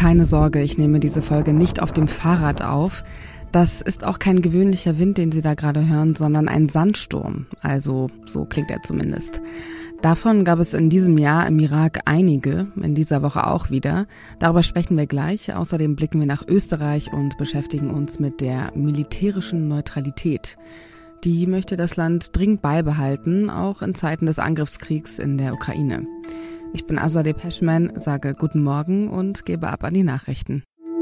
Keine Sorge, ich nehme diese Folge nicht auf dem Fahrrad auf. Das ist auch kein gewöhnlicher Wind, den Sie da gerade hören, sondern ein Sandsturm. Also so klingt er zumindest. Davon gab es in diesem Jahr im Irak einige, in dieser Woche auch wieder. Darüber sprechen wir gleich. Außerdem blicken wir nach Österreich und beschäftigen uns mit der militärischen Neutralität. Die möchte das Land dringend beibehalten, auch in Zeiten des Angriffskriegs in der Ukraine. Ich bin Azadeh Peschman, sage Guten Morgen und gebe ab an die Nachrichten.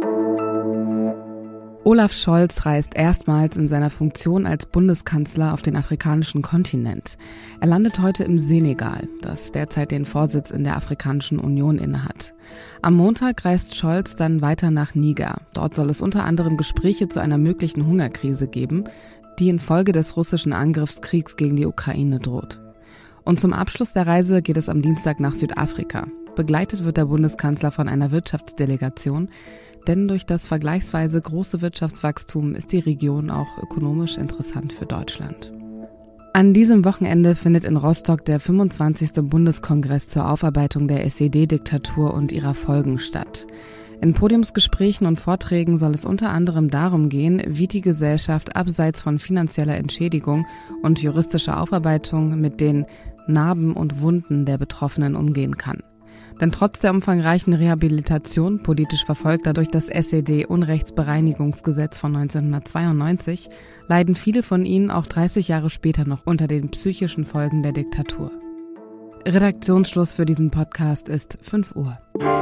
Olaf Scholz reist erstmals in seiner Funktion als Bundeskanzler auf den afrikanischen Kontinent. Er landet heute im Senegal, das derzeit den Vorsitz in der Afrikanischen Union innehat. Am Montag reist Scholz dann weiter nach Niger. Dort soll es unter anderem Gespräche zu einer möglichen Hungerkrise geben, die infolge des russischen Angriffskriegs gegen die Ukraine droht. Und zum Abschluss der Reise geht es am Dienstag nach Südafrika. Begleitet wird der Bundeskanzler von einer Wirtschaftsdelegation, denn durch das vergleichsweise große Wirtschaftswachstum ist die Region auch ökonomisch interessant für Deutschland. An diesem Wochenende findet in Rostock der 25. Bundeskongress zur Aufarbeitung der SED-Diktatur und ihrer Folgen statt. In Podiumsgesprächen und Vorträgen soll es unter anderem darum gehen, wie die Gesellschaft abseits von finanzieller Entschädigung und juristischer Aufarbeitung mit den Narben und Wunden der Betroffenen umgehen kann. Denn trotz der umfangreichen Rehabilitation politisch Verfolgter durch das SED-Unrechtsbereinigungsgesetz von 1992 leiden viele von ihnen auch 30 Jahre später noch unter den psychischen Folgen der Diktatur. Redaktionsschluss für diesen Podcast ist 5 Uhr.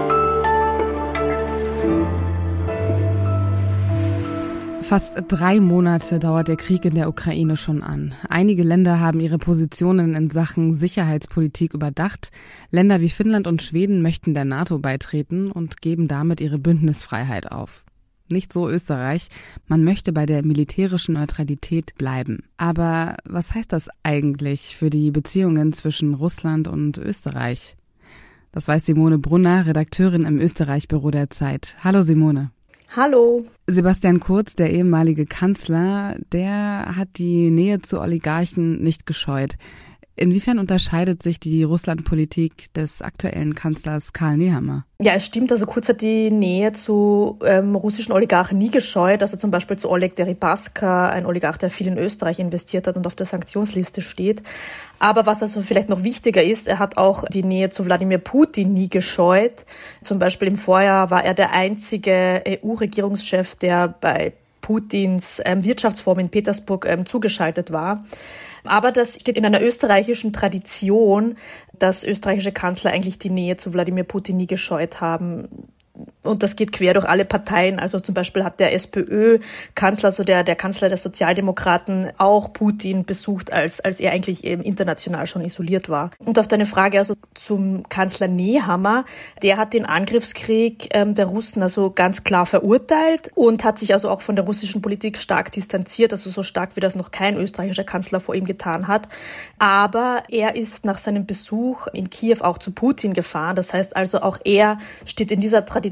Fast 3 Monate dauert der Krieg in der Ukraine schon an. Einige Länder haben ihre Positionen in Sachen Sicherheitspolitik überdacht. Länder wie Finnland und Schweden möchten der NATO beitreten und geben damit ihre Bündnisfreiheit auf. Nicht so Österreich. Man möchte bei der militärischen Neutralität bleiben. Aber was heißt das eigentlich für die Beziehungen zwischen Russland und Österreich? Das weiß Simone Brunner, Redakteurin im Österreich-Büro der Zeit. Hallo Simone. Hallo. Sebastian Kurz, der ehemalige Kanzler, der hat die Nähe zu Oligarchen nicht gescheut. Inwiefern unterscheidet sich die Russlandpolitik des aktuellen Kanzlers Karl Nehammer? Ja, es stimmt. Also Kurz hat die Nähe zu russischen Oligarchen nie gescheut. Also zum Beispiel zu Oleg Deripaska, ein Oligarch, der viel in Österreich investiert hat und auf der Sanktionsliste steht. Aber was also vielleicht noch wichtiger ist, er hat auch die Nähe zu Wladimir Putin nie gescheut. Zum Beispiel im Vorjahr war er der einzige EU-Regierungschef, der bei Putins Wirtschaftsforum in Petersburg zugeschaltet war. Aber das steht in einer österreichischen Tradition, dass österreichische Kanzler eigentlich die Nähe zu Wladimir Putin nie gescheut haben. Und das geht quer durch alle Parteien. Also zum Beispiel hat der SPÖ-Kanzler, also der Kanzler der Sozialdemokraten, auch Putin besucht, als er eigentlich eben international schon isoliert war. Und auf deine Frage also zum Kanzler Nehammer, der hat den Angriffskrieg der Russen also ganz klar verurteilt und hat sich also auch von der russischen Politik stark distanziert, also so stark wie das noch kein österreichischer Kanzler vor ihm getan hat. Aber er ist nach seinem Besuch in Kiew auch zu Putin gefahren. Das heißt also, auch er steht in dieser Tradition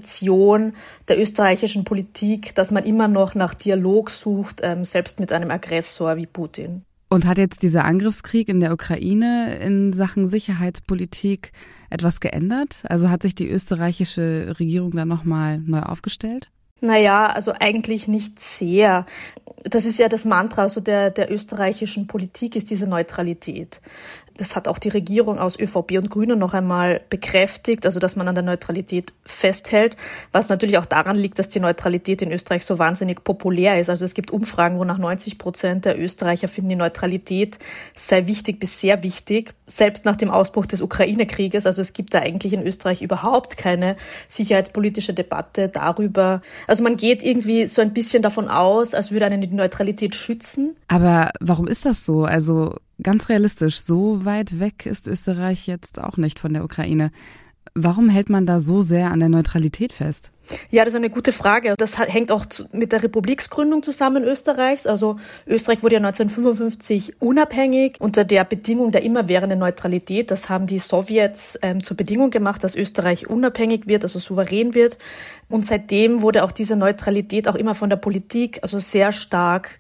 der österreichischen Politik, dass man immer noch nach Dialog sucht, selbst mit einem Aggressor wie Putin. Und hat jetzt dieser Angriffskrieg in der Ukraine in Sachen Sicherheitspolitik etwas geändert? Also hat sich die österreichische Regierung da nochmal neu aufgestellt? Naja, also eigentlich nicht sehr. Das ist ja das Mantra also der österreichischen Politik, ist diese Neutralität. Das hat auch die Regierung aus ÖVP und Grünen noch einmal bekräftigt, also dass man an der Neutralität festhält, was natürlich auch daran liegt, dass die Neutralität in Österreich so wahnsinnig populär ist. Also es gibt Umfragen, wonach 90% der Österreicher finden, die Neutralität sei wichtig bis sehr wichtig, selbst nach dem Ausbruch des Ukraine-Krieges. Also es gibt da eigentlich in Österreich überhaupt keine sicherheitspolitische Debatte darüber. Also man geht irgendwie so ein bisschen davon aus, als würde einen die Neutralität schützen. Aber warum ist das so? Also ganz realistisch, so weit weg ist Österreich jetzt auch nicht von der Ukraine. Warum hält man da so sehr an der Neutralität fest? Ja, das ist eine gute Frage. Das hängt auch mit der Republiksgründung zusammen Österreichs. Also Österreich wurde ja 1955 unabhängig unter der Bedingung der immerwährenden Neutralität. Das haben die Sowjets zur Bedingung gemacht, dass Österreich unabhängig wird, also souverän wird. Und seitdem wurde auch diese Neutralität auch immer von der Politik also sehr stark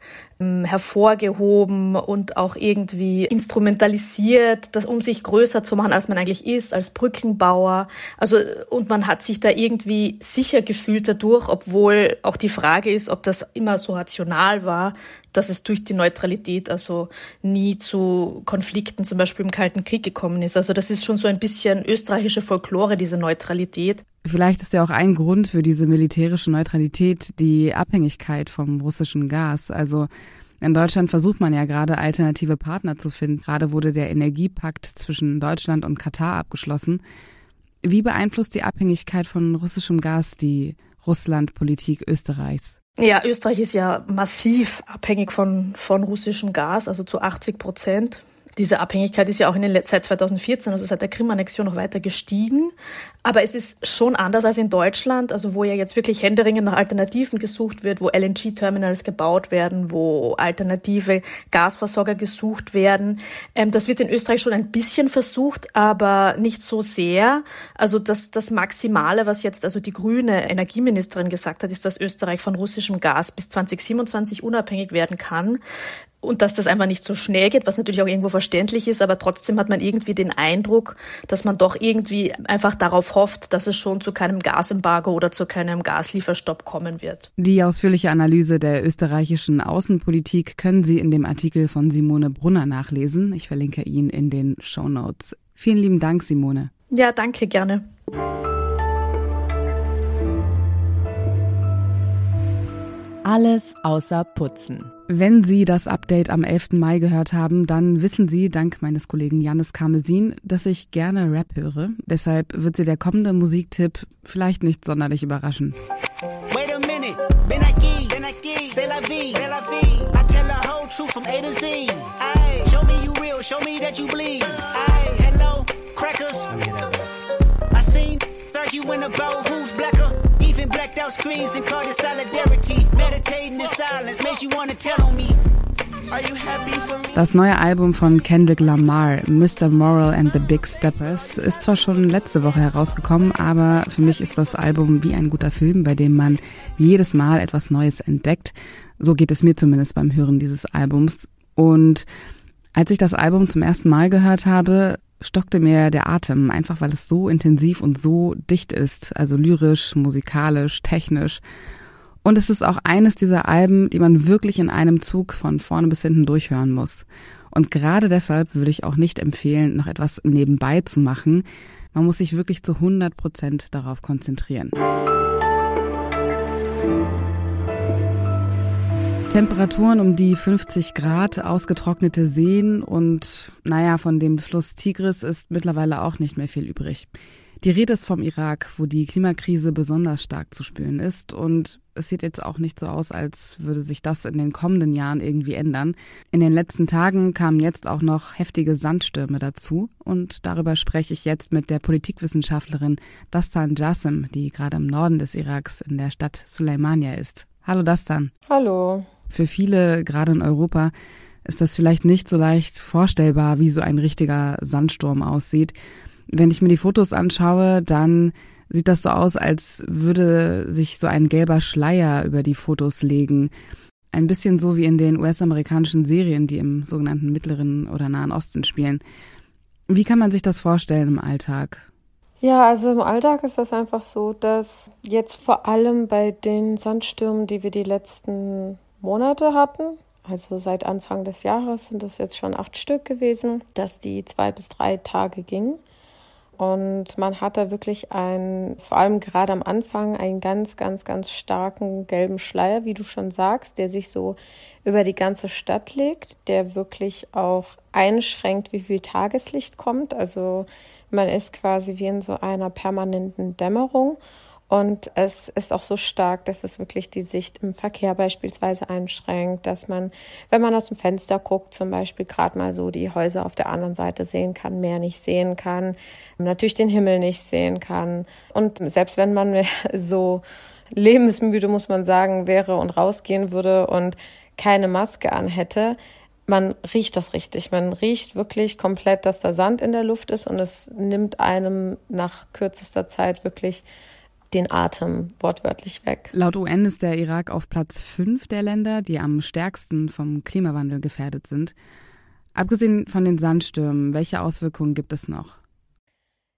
hervorgehoben und auch irgendwie instrumentalisiert, um sich größer zu machen, als man eigentlich ist, als Brückenbauer. Also und man hat sich da irgendwie sicher sicher gefühlt dadurch, obwohl auch die Frage ist, ob das immer so rational war, dass es durch die Neutralität also nie zu Konflikten, zum Beispiel im Kalten Krieg, gekommen ist. Also das ist schon so ein bisschen österreichische Folklore, diese Neutralität. Vielleicht ist ja auch ein Grund für diese militärische Neutralität die Abhängigkeit vom russischen Gas. Also in Deutschland versucht man ja gerade alternative Partner zu finden. Gerade wurde der Energiepakt zwischen Deutschland und Katar abgeschlossen. Wie beeinflusst die Abhängigkeit von russischem Gas die Russlandpolitik Österreichs? Ja, Österreich ist ja massiv abhängig von russischem Gas, also zu 80%. Diese Abhängigkeit ist ja auch seit 2014, also seit der Krim-Annexion, noch weiter gestiegen. Aber es ist schon anders als in Deutschland, also wo ja jetzt wirklich händeringend nach Alternativen gesucht wird, wo LNG-Terminals gebaut werden, wo alternative Gasversorger gesucht werden. Das wird in Österreich schon ein bisschen versucht, aber nicht so sehr. Also das Maximale, was jetzt also die grüne Energieministerin gesagt hat, ist, dass Österreich von russischem Gas bis 2027 unabhängig werden kann. Und dass das einfach nicht so schnell geht, was natürlich auch irgendwo verständlich ist, aber trotzdem hat man irgendwie den Eindruck, dass man doch irgendwie einfach darauf hofft, dass es schon zu keinem Gasembargo oder zu keinem Gaslieferstopp kommen wird. Die ausführliche Analyse der österreichischen Außenpolitik können Sie in dem Artikel von Simone Brunner nachlesen. Ich verlinke ihn in den Shownotes. Vielen lieben Dank, Simone. Ja, danke, gerne. Alles außer Putzen. Wenn Sie das Update am 11. Mai gehört haben, dann wissen Sie, dank meines Kollegen Jannis Karmesin, dass ich gerne Rap höre. Deshalb wird Sie der kommende Musiktipp vielleicht nicht sonderlich überraschen. Wait a minute, bin aquí, c'est la vie, I tell the whole truth from A to Z. Aye, show me you real, show me that you bleed. Aye, hello, crackers. I seen arguing about who's blacker. Even blacked out screens and called it solidarity. Meditating in silence makes you wanna tell on me. Are you happy for me? Das neue Album von Kendrick Lamar, Mr. Moral and the Big Steppers, ist zwar schon letzte Woche herausgekommen, aber für mich ist das Album wie ein guter Film, bei dem man jedes Mal etwas Neues entdeckt. So geht es mir zumindest beim Hören dieses Albums. Und als ich das Album zum ersten Mal gehört habe, stockte mir der Atem, einfach weil es so intensiv und so dicht ist, also lyrisch, musikalisch, technisch. Und es ist auch eines dieser Alben, die man wirklich in einem Zug von vorne bis hinten durchhören muss. Und gerade deshalb würde ich auch nicht empfehlen, noch etwas nebenbei zu machen. Man muss sich wirklich zu 100% darauf konzentrieren. Temperaturen um die 50 Grad, ausgetrocknete Seen und, von dem Fluss Tigris ist mittlerweile auch nicht mehr viel übrig. Die Rede ist vom Irak, wo die Klimakrise besonders stark zu spüren ist und es sieht jetzt auch nicht so aus, als würde sich das in den kommenden Jahren irgendwie ändern. In den letzten Tagen kamen jetzt auch noch heftige Sandstürme dazu und darüber spreche ich jetzt mit der Politikwissenschaftlerin Dastan Jassim, die gerade im Norden des Iraks in der Stadt Suleimania ist. Hallo Dastan. Hallo. Für viele, gerade in Europa, ist das vielleicht nicht so leicht vorstellbar, wie so ein richtiger Sandsturm aussieht. Wenn ich mir die Fotos anschaue, dann sieht das so aus, als würde sich so ein gelber Schleier über die Fotos legen. Ein bisschen so wie in den US-amerikanischen Serien, die im sogenannten Mittleren oder Nahen Osten spielen. Wie kann man sich das vorstellen im Alltag? Ja, also im Alltag ist das einfach so, dass jetzt vor allem bei den Sandstürmen, die wir die letzten Monate hatten, also seit Anfang des Jahres sind es jetzt schon 8 Stück gewesen, dass die 2 bis 3 Tage gingen. Und man hat da wirklich vor allem gerade am Anfang, einen ganz, ganz, ganz starken gelben Schleier, wie du schon sagst, der sich so über die ganze Stadt legt, der wirklich auch einschränkt, wie viel Tageslicht kommt. Also man ist quasi wie in so einer permanenten Dämmerung. Und es ist auch so stark, dass es wirklich die Sicht im Verkehr beispielsweise einschränkt, dass man, wenn man aus dem Fenster guckt, zum Beispiel gerade mal so die Häuser auf der anderen Seite sehen kann, mehr nicht sehen kann, natürlich den Himmel nicht sehen kann. Und selbst wenn man so lebensmüde, muss man sagen, wäre und rausgehen würde und keine Maske anhätte, man riecht das richtig. Man riecht wirklich komplett, dass da Sand in der Luft ist und es nimmt einem nach kürzester Zeit wirklich den Atem wortwörtlich weg. Laut UN ist der Irak auf Platz 5 der Länder, die am stärksten vom Klimawandel gefährdet sind. Abgesehen von den Sandstürmen, welche Auswirkungen gibt es noch?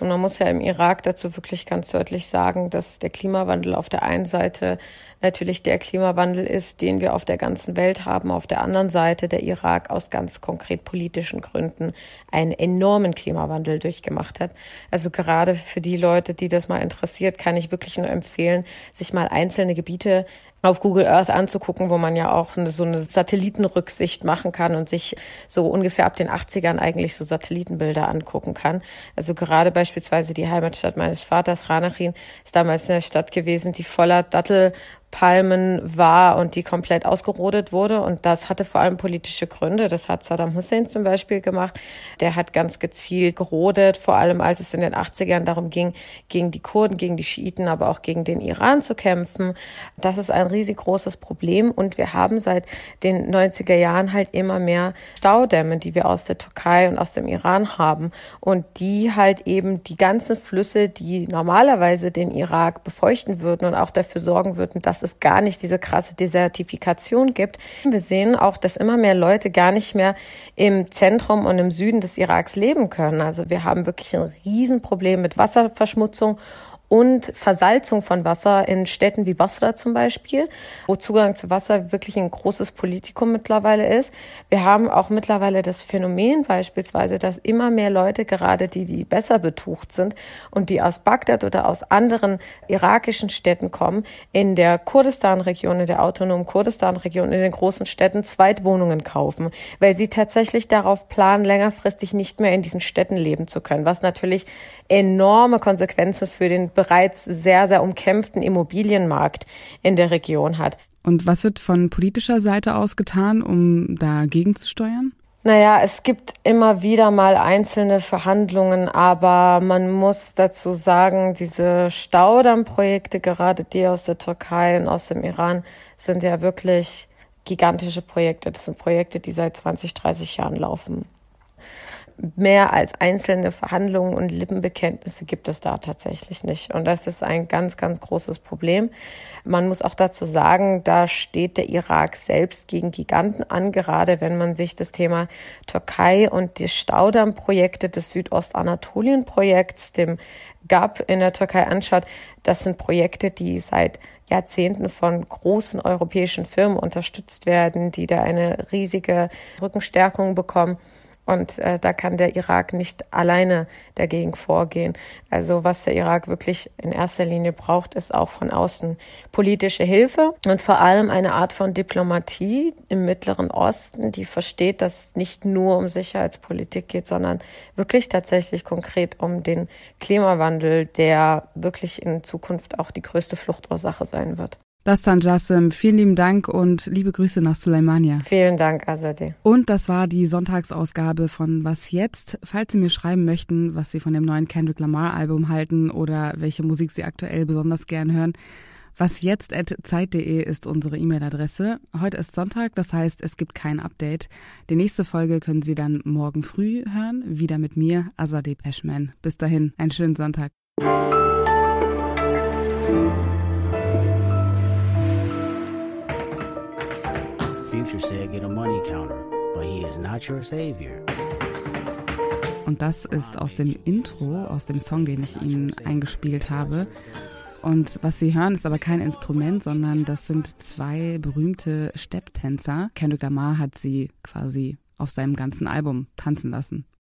Und man muss ja im Irak dazu wirklich ganz deutlich sagen, dass der Klimawandel auf der einen Seite natürlich der Klimawandel ist, den wir auf der ganzen Welt haben. Auf der anderen Seite der Irak aus ganz konkret politischen Gründen einen enormen Klimawandel durchgemacht hat. Also gerade für die Leute, die das mal interessiert, kann ich wirklich nur empfehlen, sich mal einzelne Gebiete auf Google Earth anzugucken, wo man ja auch so eine Satellitenrücksicht machen kann und sich so ungefähr ab den 80ern eigentlich so Satellitenbilder angucken kann. Also gerade beispielsweise die Heimatstadt meines Vaters, Ranachin, ist damals eine Stadt gewesen, die voller Dattelpalmen war und die komplett ausgerodet wurde. Und das hatte vor allem politische Gründe. Das hat Saddam Hussein zum Beispiel gemacht. Der hat ganz gezielt gerodet, vor allem als es in den 80ern darum ging, gegen die Kurden, gegen die Schiiten, aber auch gegen den Iran zu kämpfen. Das ist ein riesig großes Problem. Und wir haben seit den 90er Jahren halt immer mehr Staudämme, die wir aus der Türkei und aus dem Iran haben. Und die halt eben die ganzen Flüsse, die normalerweise den Irak befeuchten würden und auch dafür sorgen würden, dass es gar nicht diese krasse Desertifikation gibt. Wir sehen auch, dass immer mehr Leute gar nicht mehr im Zentrum und im Süden des Iraks leben können. Also wir haben wirklich ein Riesenproblem mit Wasserverschmutzung und Versalzung von Wasser in Städten wie Basra zum Beispiel, wo Zugang zu Wasser wirklich ein großes Politikum mittlerweile ist. Wir haben auch mittlerweile das Phänomen beispielsweise, dass immer mehr Leute, gerade die besser betucht sind und die aus Bagdad oder aus anderen irakischen Städten kommen, in der Kurdistan-Region, in der autonomen Kurdistan-Region, in den großen Städten Zweitwohnungen kaufen, weil sie tatsächlich darauf planen, längerfristig nicht mehr in diesen Städten leben zu können, was natürlich enorme Konsequenzen für den bereits sehr, sehr umkämpften Immobilienmarkt in der Region hat. Und was wird von politischer Seite aus getan, um dagegen zu steuern? Naja, es gibt immer wieder mal einzelne Verhandlungen, aber man muss dazu sagen, diese Staudammprojekte, gerade die aus der Türkei und aus dem Iran, sind ja wirklich gigantische Projekte. Das sind Projekte, die seit 20, 30 Jahren laufen. Mehr als einzelne Verhandlungen und Lippenbekenntnisse gibt es da tatsächlich nicht. Und das ist ein ganz, ganz großes Problem. Man muss auch dazu sagen, da steht der Irak selbst gegen Giganten an, gerade wenn man sich das Thema Türkei und die Staudammprojekte des Südostanatolien-Projekts, dem GAP in der Türkei anschaut. Das sind Projekte, die seit Jahrzehnten von großen europäischen Firmen unterstützt werden, die da eine riesige Rückenstärkung bekommen. Und da kann der Irak nicht alleine dagegen vorgehen. Also was der Irak wirklich in erster Linie braucht, ist auch von außen politische Hilfe und vor allem eine Art von Diplomatie im Mittleren Osten, die versteht, dass es nicht nur um Sicherheitspolitik geht, sondern wirklich tatsächlich konkret um den Klimawandel, der wirklich in Zukunft auch die größte Fluchtursache sein wird. Dastan Jassim, vielen lieben Dank und liebe Grüße nach Suleimania. Vielen Dank, Azadeh. Und das war die Sonntagsausgabe von Was Jetzt? Falls Sie mir schreiben möchten, was Sie von dem neuen Kendrick Lamar-Album halten oder welche Musik Sie aktuell besonders gern hören, wasjetzt@zeit.de ist unsere E-Mail-Adresse. Heute ist Sonntag, das heißt, es gibt kein Update. Die nächste Folge können Sie dann morgen früh hören, wieder mit mir, Azadeh Peschman. Bis dahin, einen schönen Sonntag. Future said get a money counter, but he is not your savior. Und das ist aus dem Intro, aus dem Song, den ich Ihnen eingespielt habe. Und was Sie hören, ist aber kein Instrument, sondern das sind zwei berühmte Stepptänzer. Kendrick Lamar hat sie quasi auf seinem ganzen Album tanzen lassen.